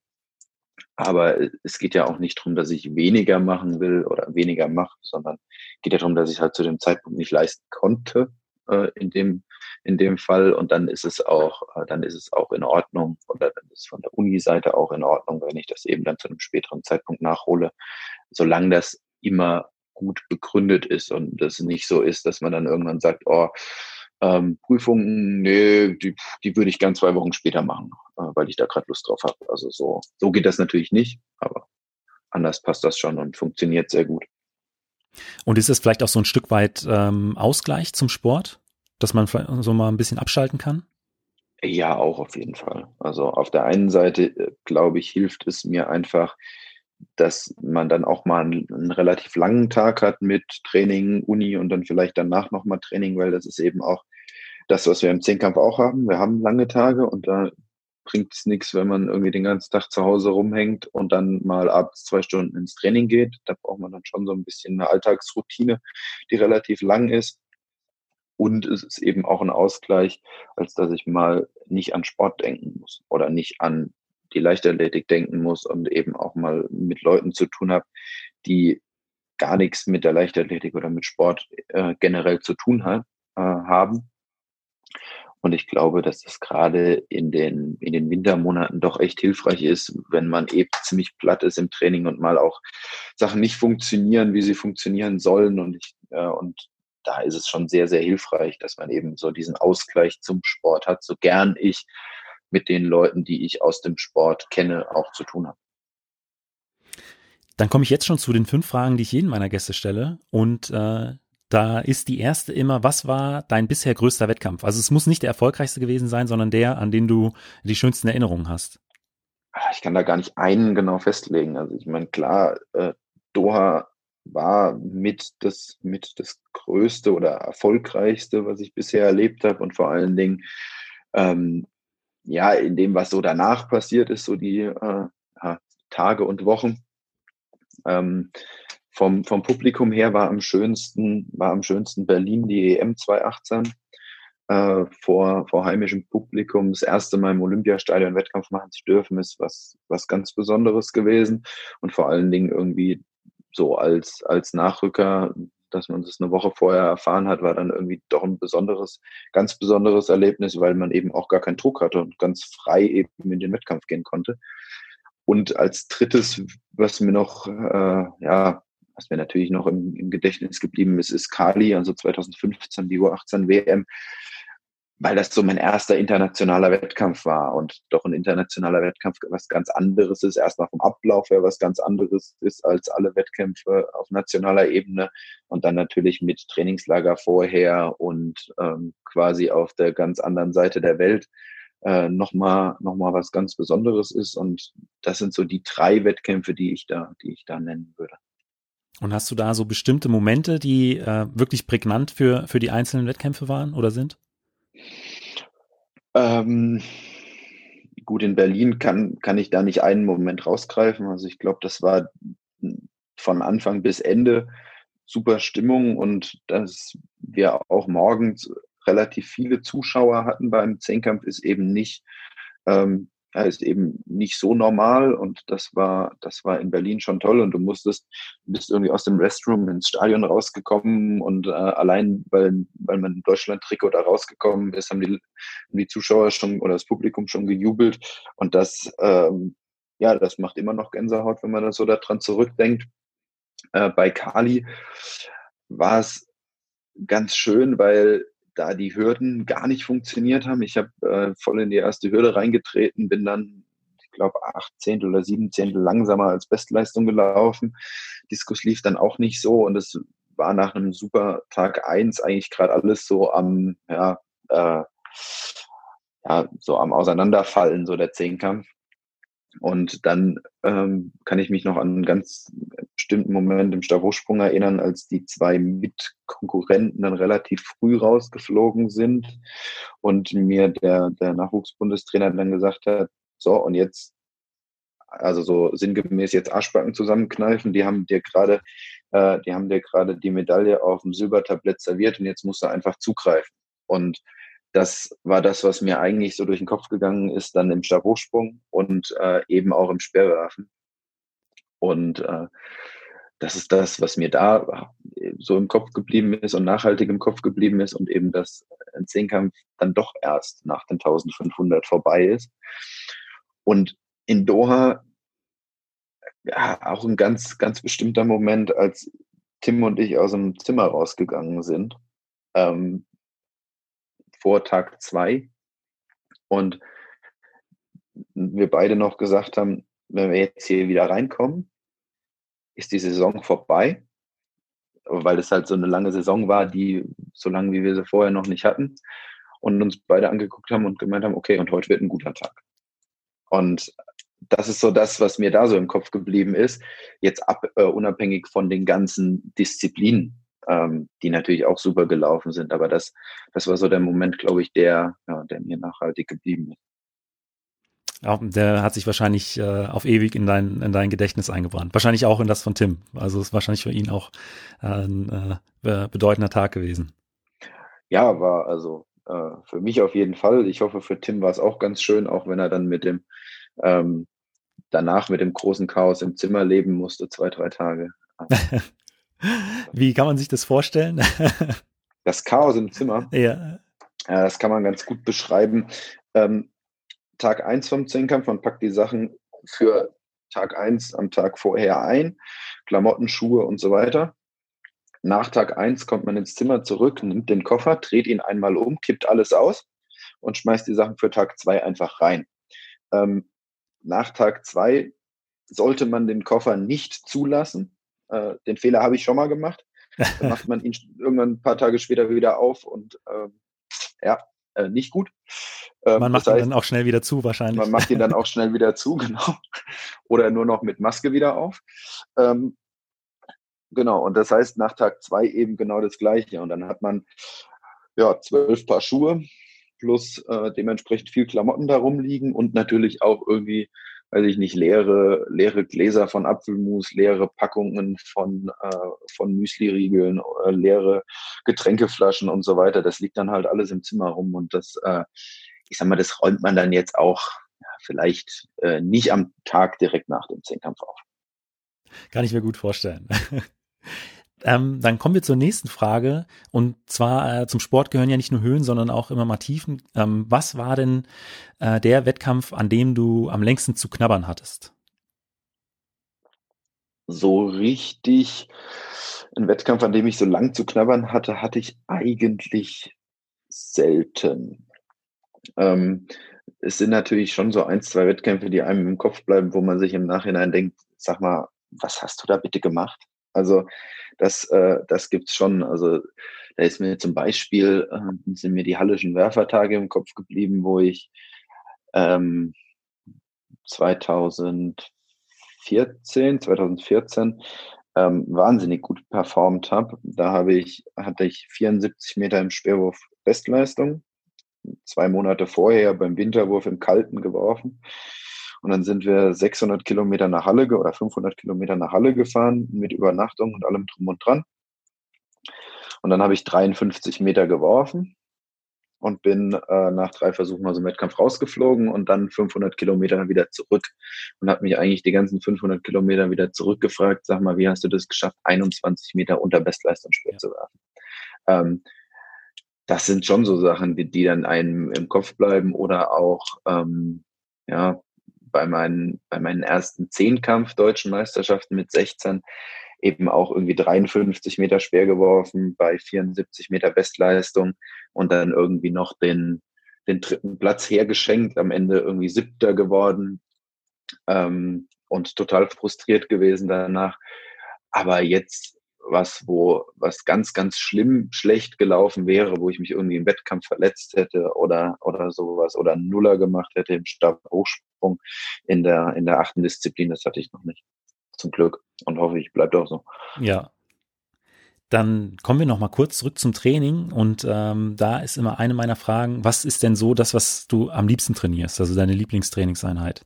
Aber es geht ja auch nicht darum, dass ich weniger machen will oder weniger mache, sondern geht ja darum, dass ich es halt zu dem Zeitpunkt nicht leisten konnte, äh, in dem, in dem Fall. Und dann ist es auch, äh, dann ist es auch in Ordnung oder dann ist es von der Uni-Seite auch in Ordnung, wenn ich das eben dann zu einem späteren Zeitpunkt nachhole, solange das immer gut begründet ist und das nicht so ist, dass man dann irgendwann sagt, oh, ähm, Prüfungen, nee, die, die würde ich gern zwei Wochen später machen, äh, weil ich da gerade Lust drauf habe. Also so, so geht das natürlich nicht, aber anders passt das schon und funktioniert sehr gut. Und ist es vielleicht auch so ein Stück weit ähm, Ausgleich zum Sport, dass man so mal ein bisschen abschalten kann? Ja, auch auf jeden Fall. Also auf der einen Seite, äh, glaube ich, hilft es mir einfach, dass man dann auch mal einen, einen relativ langen Tag hat mit Training, Uni und dann vielleicht danach nochmal Training, weil das ist eben auch das, was wir im Zehnkampf auch haben. Wir haben lange Tage und da bringt es nichts, wenn man irgendwie den ganzen Tag zu Hause rumhängt und dann mal abends zwei Stunden ins Training geht. Da braucht man dann schon so ein bisschen eine Alltagsroutine, die relativ lang ist. Und es ist eben auch ein Ausgleich, als dass ich mal nicht an Sport denken muss oder nicht an die Leichtathletik denken muss und eben auch mal mit Leuten zu tun habe, die gar nichts mit der Leichtathletik oder mit Sport äh, generell zu tun hat, äh, haben. Und ich glaube, dass das gerade in den, in den Wintermonaten doch echt hilfreich ist, wenn man eben ziemlich platt ist im Training und mal auch Sachen nicht funktionieren, wie sie funktionieren sollen. Und ich, äh, und da ist es schon sehr, sehr hilfreich, dass man eben so diesen Ausgleich zum Sport hat, so gern ich mit den Leuten, die ich aus dem Sport kenne, auch zu tun habe. Dann komme ich jetzt schon zu den fünf Fragen, die ich jedem meiner Gäste stelle. Und äh, da ist die erste immer, was war dein bisher größter Wettkampf? Also es muss nicht der erfolgreichste gewesen sein, sondern der, an den du die schönsten Erinnerungen hast. Ich kann da gar nicht einen genau festlegen. Also ich meine, klar, äh, Doha war mit das, mit das Größte oder Erfolgreichste, was ich bisher erlebt habe. Und vor allen Dingen, ähm, ja, in dem, was so danach passiert ist, so die äh, ja, Tage und Wochen. Ähm, vom, vom Publikum her war am schönsten, war am schönsten Berlin die E M zwanzig achtzehn. Äh, vor, vor heimischem Publikum das erste Mal im Olympiastadion Wettkampf machen zu dürfen, ist was, was ganz Besonderes gewesen. Und vor allen Dingen irgendwie so als, als Nachrücker, dass man das eine Woche vorher erfahren hat, war dann irgendwie doch ein besonderes, ganz besonderes Erlebnis, weil man eben auch gar keinen Druck hatte und ganz frei eben in den Wettkampf gehen konnte. Und als drittes, was mir noch, äh, ja, was mir natürlich noch im, im Gedächtnis geblieben ist, ist Cali, also zwanzig fünfzehn, die U achtzehn W M, weil das so mein erster internationaler Wettkampf war und doch ein internationaler Wettkampf was ganz anderes ist, erstmal vom Ablauf her was ganz anderes ist als alle Wettkämpfe auf nationaler Ebene und dann natürlich mit Trainingslager vorher und ähm, quasi auf der ganz anderen Seite der Welt äh, nochmal noch mal was ganz Besonderes ist und das sind so die drei Wettkämpfe, die ich da, die ich da nennen würde. Und hast du da so bestimmte Momente, die äh, wirklich prägnant für, für die einzelnen Wettkämpfe waren oder sind? Ähm, gut, in Berlin kann, kann ich da nicht einen Moment rausgreifen. Also ich glaube, das war von Anfang bis Ende super Stimmung und dass wir auch morgens relativ viele Zuschauer hatten beim Zehnkampf ist eben nicht, ähm, ja, ist eben nicht so normal und das war, das war in Berlin schon toll und du musstest, bist irgendwie aus dem Restroom ins Stadion rausgekommen und äh, allein, weil, weil man im Deutschland-Trikot da rausgekommen ist, haben die, haben die Zuschauer schon oder das Publikum schon gejubelt und das, ähm, ja, das macht immer noch Gänsehaut, wenn man da so daran zurückdenkt. Äh, bei Cali war es ganz schön, weil da die Hürden gar nicht funktioniert haben. Ich habe äh, voll in die erste Hürde reingetreten, bin dann, ich glaube, acht Zehntel oder sieben Zehntel langsamer als Bestleistung gelaufen. Diskus lief dann auch nicht so und es war nach einem super Tag eins eigentlich gerade alles so am, ja, äh, ja, so am Auseinanderfallen, so der Zehnkampf. Und dann ähm, kann ich mich noch an einen ganz bestimmten Moment im Stabhochsprung erinnern, als die zwei Mitkonkurrenten dann relativ früh rausgeflogen sind und mir der, der Nachwuchsbundestrainer dann gesagt hat, so, und jetzt, also so sinngemäß jetzt Arschbacken zusammenkneifen, die haben dir gerade, äh, die haben dir gerade die Medaille auf dem Silbertablett serviert und jetzt musst du einfach zugreifen. Und das war das, was mir eigentlich so durch den Kopf gegangen ist, dann im Stabhochsprung und äh, eben auch im Speerwerfen. Und äh, das ist das, was mir da so im Kopf geblieben ist und nachhaltig im Kopf geblieben ist und eben, dass ein Zehnkampf dann doch erst nach den eintausendfünfhundert vorbei ist. Und in Doha, ja, auch ein ganz, ganz bestimmter Moment, als Tim und ich aus dem Zimmer rausgegangen sind, ähm, vor Tag zwei und wir beide noch gesagt haben, wenn wir jetzt hier wieder reinkommen, ist die Saison vorbei, weil es halt so eine lange Saison war, die so lange, wie wir sie vorher noch nicht hatten, und uns beide angeguckt haben und gemeint haben, okay, und heute wird ein guter Tag. Und das ist so das, was mir da so im Kopf geblieben ist, jetzt ab, äh, unabhängig von den ganzen Disziplinen, ähm, die natürlich auch super gelaufen sind. Aber das, das war so der Moment, glaube ich, der, ja, der mir nachhaltig geblieben ist. Ja, der hat sich wahrscheinlich äh, auf ewig in dein, in dein Gedächtnis eingebrannt. Wahrscheinlich auch in das von Tim. Also ist wahrscheinlich für ihn auch äh, ein äh, bedeutender Tag gewesen. Ja, war also äh, für mich auf jeden Fall. Ich hoffe, für Tim war es auch ganz schön, auch wenn er dann mit dem ähm, danach mit dem großen Chaos im Zimmer leben musste, zwei, drei Tage. Wie kann man sich das vorstellen? Das Chaos im Zimmer, ja. äh, das kann man ganz gut beschreiben. Ähm, Tag eins vom Zehnkampf, man packt die Sachen für Tag eins am Tag vorher ein, Klamotten, Schuhe und so weiter. Nach Tag eins kommt man ins Zimmer zurück, nimmt den Koffer, dreht ihn einmal um, kippt alles aus und schmeißt die Sachen für Tag zwei einfach rein. Ähm, nach Tag zwei sollte man den Koffer nicht zulassen. Äh, den Fehler habe ich schon mal gemacht. Dann macht man ihn irgendwann ein paar Tage später wieder auf und äh, ja, äh, nicht gut. Ähm, man macht das heißt, ihn dann auch schnell wieder zu wahrscheinlich. Man macht ihn dann auch schnell wieder zu, genau. Oder nur noch mit Maske wieder auf. Ähm, genau, und das heißt nach Tag zwei eben genau das Gleiche. Und dann hat man ja zwölf Paar Schuhe plus äh, dementsprechend viel Klamotten da rumliegen und natürlich auch irgendwie, weiß ich nicht, leere, leere Gläser von Apfelmus, leere Packungen von, äh, von Müsli-Riegeln, äh, leere Getränkeflaschen und so weiter. Das liegt dann halt alles im Zimmer rum und das, äh, ich sag mal, das räumt man dann jetzt auch ja, vielleicht äh, nicht am Tag direkt nach dem Zehnkampf auf. Kann ich mir gut vorstellen. Ähm, dann kommen wir zur nächsten Frage und zwar äh, zum Sport gehören ja nicht nur Höhen, sondern auch immer mal Tiefen. Ähm, was war denn äh, der Wettkampf, an dem du am längsten zu knabbern hattest? So richtig ein Wettkampf, an dem ich so lang zu knabbern hatte, hatte ich eigentlich selten. Ähm, es sind natürlich schon so ein, zwei Wettkämpfe, die einem im Kopf bleiben, wo man sich im Nachhinein denkt, sag mal, was hast du da bitte gemacht? Also das, äh, das gibt's schon. Also da ist mir zum Beispiel, äh, sind mir die Hallischen Werfertage im Kopf geblieben, wo ich ähm, zweitausendvierzehn, zweitausendvierzehn ähm, wahnsinnig gut performt habe. Da habe ich, hatte ich vierundsiebzig Meter im Speerwurf Bestleistung, zwei Monate vorher beim Winterwurf im Kalten geworfen. Und dann sind wir sechshundert Kilometer nach Halle oder fünfhundert Kilometer nach Halle gefahren mit Übernachtung und allem drum und dran. Und dann habe ich dreiundfünfzig Meter geworfen und bin äh, nach drei Versuchen aus dem Wettkampf rausgeflogen und dann fünfhundert Kilometer wieder zurück und habe mich eigentlich die ganzen fünfhundert Kilometer wieder zurückgefragt, sag mal, wie hast du das geschafft, einundzwanzig Meter unter Bestleistungsspeer ja. zu werfen? Ähm, das sind schon so Sachen, die, die dann einem im Kopf bleiben oder auch ähm, ja bei meinen bei meinen ersten Zehnkampf deutschen Meisterschaften mit sechzehn eben auch irgendwie dreiundfünfzig Meter Speer geworfen bei vierundsiebzig Meter Bestleistung und dann irgendwie noch den den dritten Platz hergeschenkt, am Ende irgendwie siebter geworden ähm, und total frustriert gewesen danach. Aber jetzt was, wo, was ganz, ganz schlimm schlecht gelaufen wäre, wo ich mich irgendwie im Wettkampf verletzt hätte oder, oder sowas oder einen Nuller gemacht hätte im Stabhochsprung in der, in der achten Disziplin. Das hatte ich noch nicht. Zum Glück. Und hoffe ich, bleibt auch so. Ja. Dann kommen wir noch mal kurz zurück zum Training und ähm, da ist immer eine meiner Fragen, was ist denn so das, was du am liebsten trainierst, also deine Lieblingstrainingseinheit?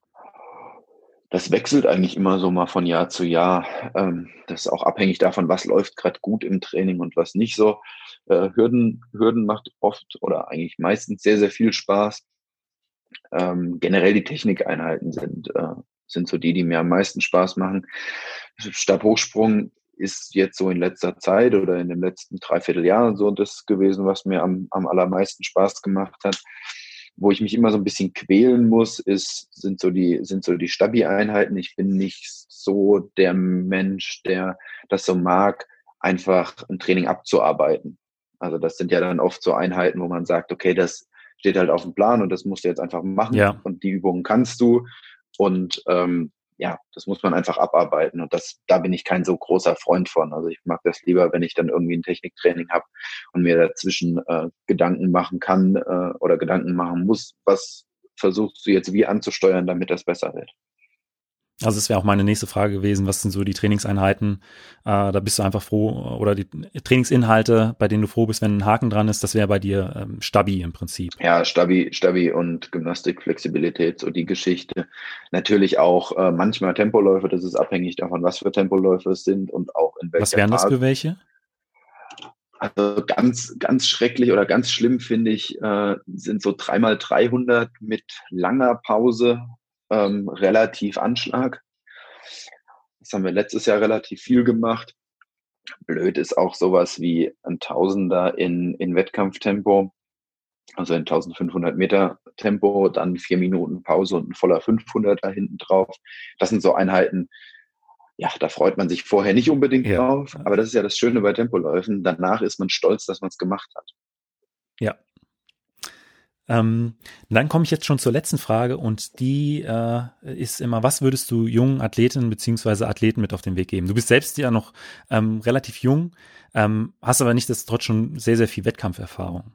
Das wechselt eigentlich immer so mal von Jahr zu Jahr. Ähm, das ist auch abhängig davon, was läuft gerade gut im Training und was nicht so. Äh, Hürden, Hürden macht oft oder eigentlich meistens sehr, sehr viel Spaß. Ähm, generell die Technikeinheiten sind, äh, sind so die, die mir am meisten Spaß machen. Stabhochsprung ist jetzt so in letzter Zeit oder in den letzten Dreivierteljahren so das gewesen, was mir am, am allermeisten Spaß gemacht hat. Wo ich mich immer so ein bisschen quälen muss, ist, sind so die, sind so die Stabi-Einheiten. Ich bin nicht so der Mensch, der das so mag, einfach ein Training abzuarbeiten. Also das sind ja dann oft so Einheiten, wo man sagt, okay, das steht halt auf dem Plan und das musst du jetzt einfach machen. Ja. Und die Übungen kannst du. Und ähm, ja, das muss man einfach abarbeiten und das, da bin ich kein so großer Freund von. Also ich mag das lieber, wenn ich dann irgendwie ein Techniktraining habe und mir dazwischen äh, Gedanken machen kann äh, oder Gedanken machen muss, was versuchst du jetzt wie anzusteuern, damit das besser wird. Also das wäre auch meine nächste Frage gewesen, was sind so die Trainingseinheiten, äh, da bist du einfach froh, oder die Trainingsinhalte, bei denen du froh bist, wenn ein Haken dran ist, das wäre bei dir ähm, Stabi im Prinzip. Ja, Stabi, Stabi und Gymnastik, Flexibilität, so die Geschichte. Natürlich auch äh, manchmal Tempoläufe, das ist abhängig davon, was für Tempoläufe es sind und auch in welcher Was wären das für welche? Also ganz, ganz schrecklich oder ganz schlimm finde ich, äh, sind so drei mal dreihundert mit langer Pause, ähm, relativ Anschlag. Das haben wir letztes Jahr relativ viel gemacht. Blöd ist auch sowas wie ein Tausender in, in Wettkampftempo, also in eintausendfünfhundert Meter Tempo, dann vier Minuten Pause und ein voller fünfhunderter hinten drauf. Das sind so Einheiten, ja, da freut man sich vorher nicht unbedingt ja. drauf, aber das ist ja das Schöne bei Tempoläufen. Danach ist man stolz, dass man es gemacht hat. Ja. Ähm, dann komme ich jetzt schon zur letzten Frage und die äh, ist immer, was würdest du jungen Athletinnen bzw. Athleten mit auf den Weg geben? Du bist selbst ja noch ähm, relativ jung, ähm, hast aber nichtsdestotrotz schon sehr, sehr viel Wettkampferfahrung.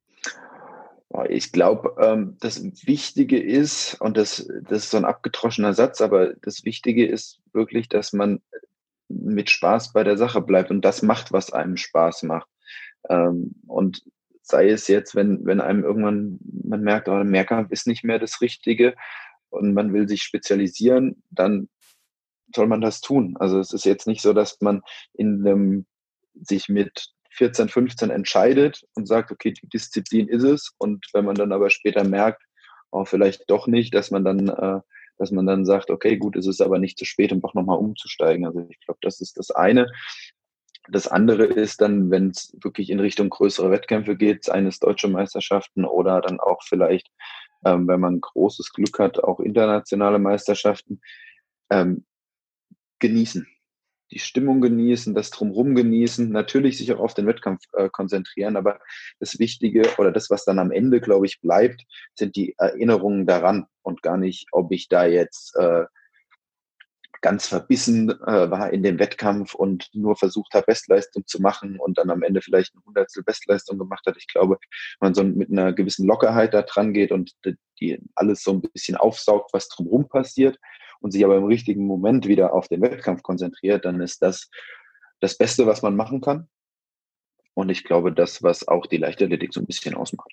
Ich glaube, ähm, das Wichtige ist, und das, das ist so ein abgetroschener Satz, aber das Wichtige ist wirklich, dass man mit Spaß bei der Sache bleibt und das macht, was einem Spaß macht. Ähm, und sei es jetzt, wenn, wenn einem irgendwann, man merkt, oh, der Mehrkampf ist nicht mehr das Richtige und man will sich spezialisieren, dann soll man das tun. Also es ist jetzt nicht so, dass man in einem, sich mit vierzehn, fünfzehn entscheidet und sagt, okay, die Disziplin ist es. Und wenn man dann aber später merkt, oh, vielleicht doch nicht, dass man dann, äh, dass man dann sagt, okay, gut, es ist aber nicht zu spät, um doch nochmal umzusteigen. Also ich glaube, das ist das eine. Das andere ist dann, wenn es wirklich in Richtung größere Wettkämpfe geht, seien es deutsche Meisterschaften oder dann auch vielleicht, ähm, wenn man großes Glück hat, auch internationale Meisterschaften, ähm, genießen. Die Stimmung genießen, das Drumherum genießen, natürlich sich auch auf den Wettkampf äh, konzentrieren, aber das Wichtige oder das, was dann am Ende, glaube ich, bleibt, sind die Erinnerungen daran und gar nicht, ob ich da jetzt äh, ganz verbissen äh, war in dem Wettkampf und nur versucht habe, Bestleistung zu machen und dann am Ende vielleicht ein Hundertstel Bestleistung gemacht hat. Ich glaube, wenn man so mit einer gewissen Lockerheit da dran geht und die, die alles so ein bisschen aufsaugt, was drumherum passiert und sich aber im richtigen Moment wieder auf den Wettkampf konzentriert, dann ist das das Beste, was man machen kann. Und ich glaube, das, was auch die Leichtathletik so ein bisschen ausmacht.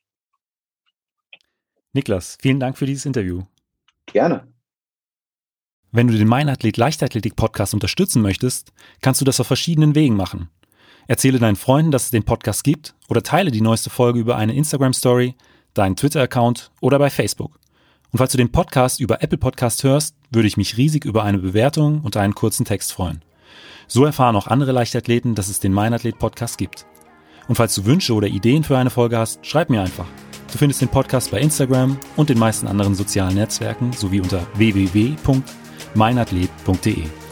Niklas, vielen Dank für dieses Interview. Gerne. Wenn du den Mein Athlet Leichtathletik Podcast unterstützen möchtest, kannst du das auf verschiedenen Wegen machen. Erzähle deinen Freunden, dass es den Podcast gibt oder teile die neueste Folge über eine Instagram-Story, deinen Twitter-Account oder bei Facebook. Und falls du den Podcast über Apple Podcast hörst, würde ich mich riesig über eine Bewertung und einen kurzen Text freuen. So erfahren auch andere Leichtathleten, dass es den Mein Athlet Podcast gibt. Und falls du Wünsche oder Ideen für eine Folge hast, schreib mir einfach. Du findest den Podcast bei Instagram und den meisten anderen sozialen Netzwerken sowie unter w w w punkt meinathlet punkt d e.